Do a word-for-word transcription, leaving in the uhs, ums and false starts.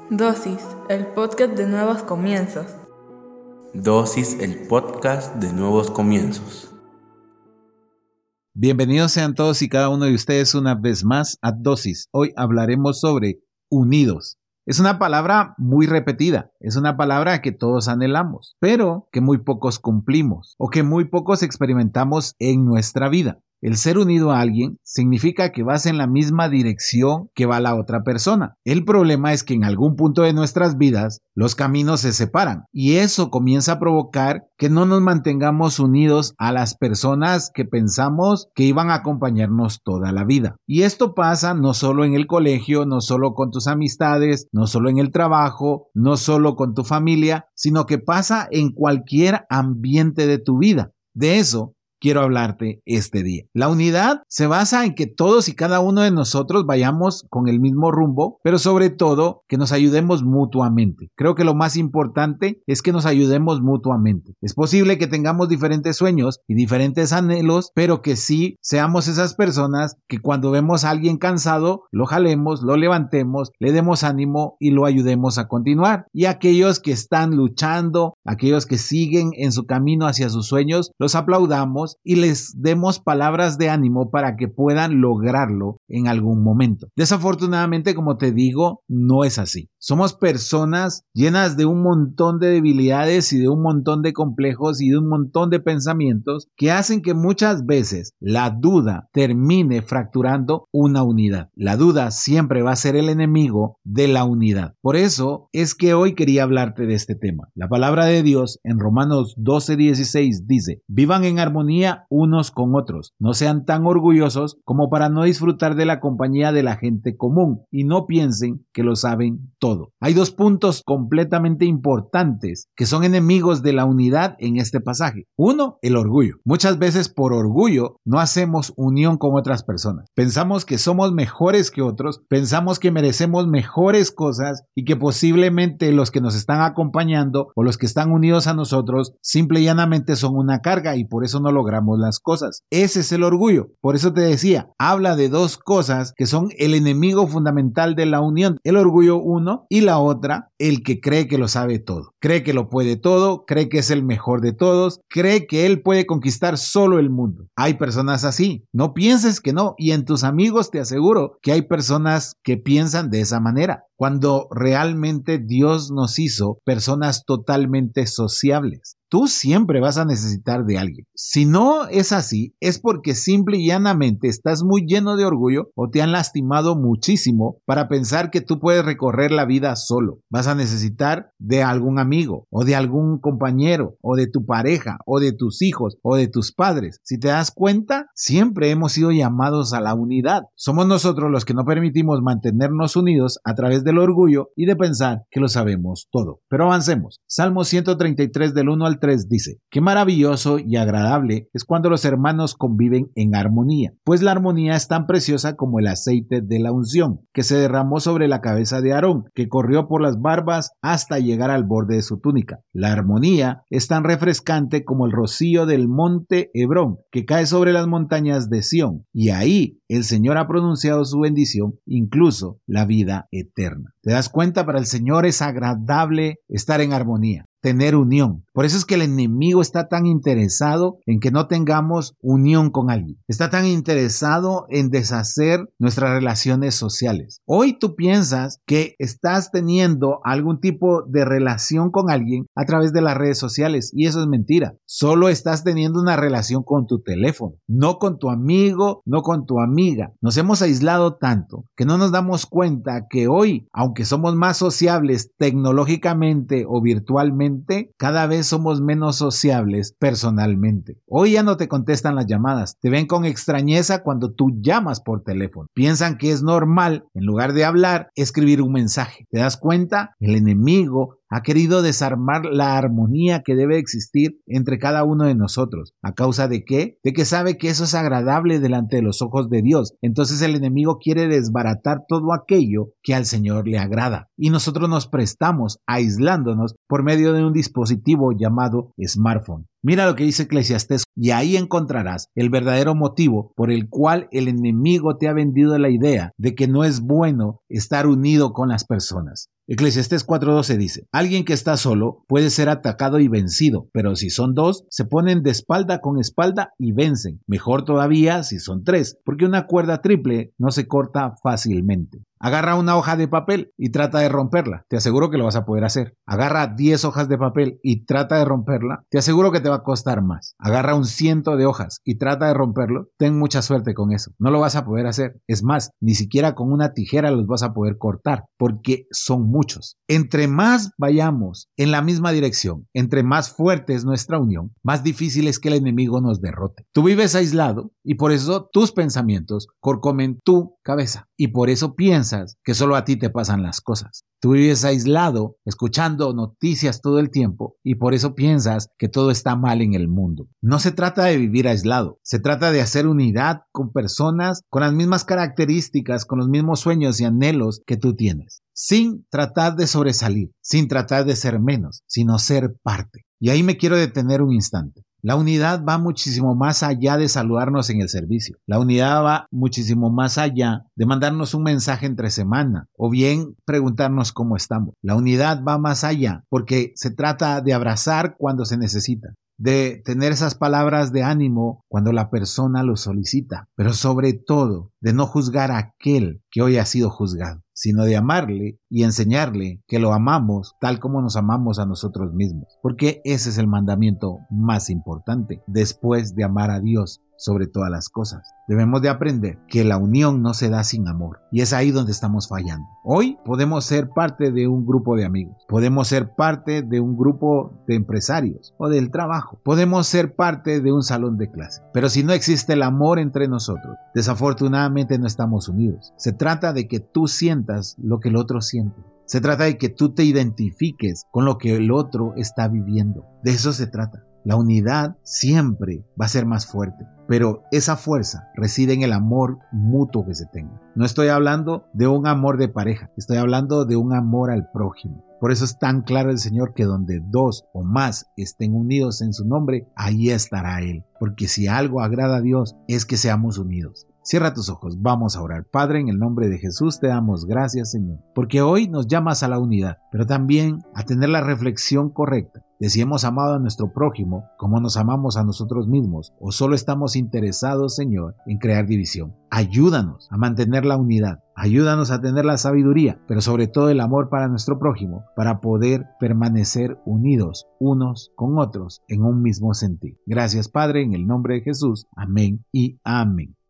Dosis, el podcast de nuevos comienzos. Dosis, el podcast de nuevos comienzos. Bienvenidos sean todos y cada uno de ustedes una vez más a Dosis. Hoy hablaremos sobre unidos. Es una palabra muy repetida, es una palabra que todos anhelamos, pero que muy pocos cumplimos o que muy pocos experimentamos en nuestra vida. El ser unido a alguien significa que vas en la misma dirección que va la otra persona. El problema es que en algún punto de nuestras vidas los caminos se separan y eso comienza a provocar que no nos mantengamos unidos a las personas que pensamos que iban a acompañarnos toda la vida. Y esto pasa no solo en el colegio, no solo con tus amistades, no solo en el trabajo, no solo con tu familia, sino que pasa en cualquier ambiente de tu vida. De eso quiero hablarte este día. La unidad se basa en que todos y cada uno de nosotros vayamos con el mismo rumbo, pero sobre todo que nos ayudemos mutuamente. Creo que lo más importante es que nos ayudemos mutuamente. Es posible que tengamos diferentes sueños y diferentes anhelos, pero que sí seamos esas personas que cuando vemos a alguien cansado, lo jalemos, lo levantemos, le demos ánimo y lo ayudemos a continuar. Y aquellos que están luchando, aquellos que siguen en su camino hacia sus sueños, los aplaudamos y les demos palabras de ánimo para que puedan lograrlo en algún momento. Desafortunadamente, como te digo, no es así. Somos personas llenas de un montón de debilidades y de un montón de complejos y de un montón de pensamientos que hacen que muchas veces la duda termine fracturando una unidad. La duda siempre va a ser el enemigo de la unidad. Por eso es que hoy quería hablarte de este tema. La palabra de Dios en Romanos doce dieciséis dice: vivan en armonía unos con otros, no sean tan orgullosos como para no disfrutar de la compañía de la gente común y no piensen que lo saben todo. Hay dos puntos completamente importantes que son enemigos de la unidad en este pasaje. Uno, el orgullo. Muchas veces por orgullo no hacemos unión con otras personas. Pensamos que somos mejores que otros, pensamos que merecemos mejores cosas y que posiblemente los que nos están acompañando o los que están unidos a nosotros simple y llanamente son una carga y por eso no logramos las cosas. Ese es el orgullo. Por eso te decía, habla de dos cosas que son el enemigo fundamental de la unión. El orgullo uno y la otra, el que cree que lo sabe todo. Cree que lo puede todo, cree que es el mejor de todos, cree que él puede conquistar solo el mundo. Hay personas así. No pienses que no. Y en tus amigos te aseguro que hay personas que piensan de esa manera, cuando realmente Dios nos hizo personas totalmente sociables. Tú siempre vas a necesitar de alguien. Si no es así, es porque simple y llanamente estás muy lleno de orgullo o te han lastimado muchísimo para pensar que tú puedes recorrer la vida solo. Vas a necesitar de algún amigo o de algún compañero o de tu pareja o de tus hijos o de tus padres. Si te das cuenta, siempre hemos sido llamados a la unidad. Somos nosotros los que no permitimos mantenernos unidos a través del orgullo y de pensar que lo sabemos todo. Pero avancemos. Salmo ciento treinta y tres del uno al tres dice: qué maravilloso y agradable es cuando los hermanos conviven en armonía, pues la armonía es tan preciosa como el aceite de la unción, que se derramó sobre la cabeza de Aarón, que corrió por las barbas hasta llegar al borde de su túnica. La armonía es tan refrescante como el rocío del monte Hebrón, que cae sobre las montañas de Sión, y ahí el Señor ha pronunciado su bendición, incluso la vida eterna. ¿Te das cuenta? Para el Señor es agradable estar en armonía, tener unión. Por eso es que el enemigo está tan interesado en que no tengamos unión con alguien. Está tan interesado en deshacer nuestras relaciones sociales. Hoy tú piensas que estás teniendo algún tipo de relación con alguien a través de las redes sociales y eso es mentira. Solo estás teniendo una relación con tu teléfono, no con tu amigo, no con tu amiga. Nos hemos aislado tanto que no nos damos cuenta que hoy, aunque somos más sociables tecnológicamente o virtualmente, cada vez somos menos sociables personalmente. Hoy ya no te contestan las llamadas, te ven con extrañeza cuando tú llamas por teléfono. Piensan que es normal, en lugar de hablar, escribir un mensaje. ¿Te das cuenta? El enemigo ha querido desarmar la armonía que debe existir entre cada uno de nosotros. ¿A causa de qué? De que sabe que eso es agradable delante de los ojos de Dios. Entonces el enemigo quiere desbaratar todo aquello que al Señor le agrada. Y nosotros nos prestamos aislándonos por medio de un dispositivo llamado smartphone. Mira lo que dice Eclesiastés, y ahí encontrarás el verdadero motivo por el cual el enemigo te ha vendido la idea de que no es bueno estar unido con las personas. Eclesiastés cuatro doce dice, alguien que está solo puede ser atacado y vencido, pero si son dos, se ponen de espalda con espalda y vencen. Mejor todavía si son tres, porque una cuerda triple no se corta fácilmente. Agarra una hoja de papel y trata de romperla. Te aseguro que lo vas a poder hacer. Agarra diez hojas de papel y trata de romperla. Te aseguro que te va a costar más. Agarra un ciento de hojas y trata de romperlo. Ten mucha suerte con eso. No lo vas a poder hacer. Es más, ni siquiera con una tijera los vas a poder cortar porque son muchos. Entre más vayamos en la misma dirección, entre más fuerte es nuestra unión, más difícil es que el enemigo nos derrote. Tú vives aislado y por eso tus pensamientos corcomen tu cabeza y por eso piensas que solo a ti te pasan las cosas. Tú vives aislado, escuchando noticias todo el tiempo y por eso piensas que todo está mal en el mundo. No se trata de vivir aislado, se trata de hacer unidad con personas con las mismas características, con los mismos sueños y anhelos que tú tienes, sin tratar de sobresalir, sin tratar de ser menos, sino ser parte. Y ahí me quiero detener un instante. La unidad va muchísimo más allá de saludarnos en el servicio. La unidad va muchísimo más allá de mandarnos un mensaje entre semana o bien preguntarnos cómo estamos. La unidad va más allá porque se trata de abrazar cuando se necesita, de tener esas palabras de ánimo cuando la persona lo solicita, pero sobre todo de no juzgar a aquel que hoy ha sido juzgado, sino de amarle y enseñarle que lo amamos tal como nos amamos a nosotros mismos, porque ese es el mandamiento más importante después de amar a Dios sobre todas las cosas. Debemos de aprender que la unión no se da sin amor y es ahí donde estamos fallando. Hoy podemos ser parte de un grupo de amigos, podemos ser parte de un grupo de empresarios o del trabajo, podemos ser parte de un salón de clase, pero si no existe el amor entre nosotros, desafortunadamente no estamos unidos. Se trata de que tú sientas lo que el otro siente. Se trata de que tú te identifiques con lo que el otro está viviendo. De eso se trata. La unidad siempre va a ser más fuerte, pero esa fuerza reside en el amor mutuo que se tenga. No estoy hablando de un amor de pareja, estoy hablando de un amor al prójimo. Por eso es tan claro el Señor que donde dos o más estén unidos en su nombre, ahí estará Él. Porque si algo agrada a Dios es que seamos unidos. Cierra tus ojos, vamos a orar. Padre, en el nombre de Jesús te damos gracias, Señor, porque hoy nos llamas a la unidad, pero también a tener la reflexión correcta de si hemos amado a nuestro prójimo como nos amamos a nosotros mismos o solo estamos interesados, Señor, en crear división. Ayúdanos a mantener la unidad, ayúdanos a tener la sabiduría, pero sobre todo el amor para nuestro prójimo, para poder permanecer unidos unos con otros en un mismo sentir. Gracias, Padre, en el nombre de Jesús. Amén y amén.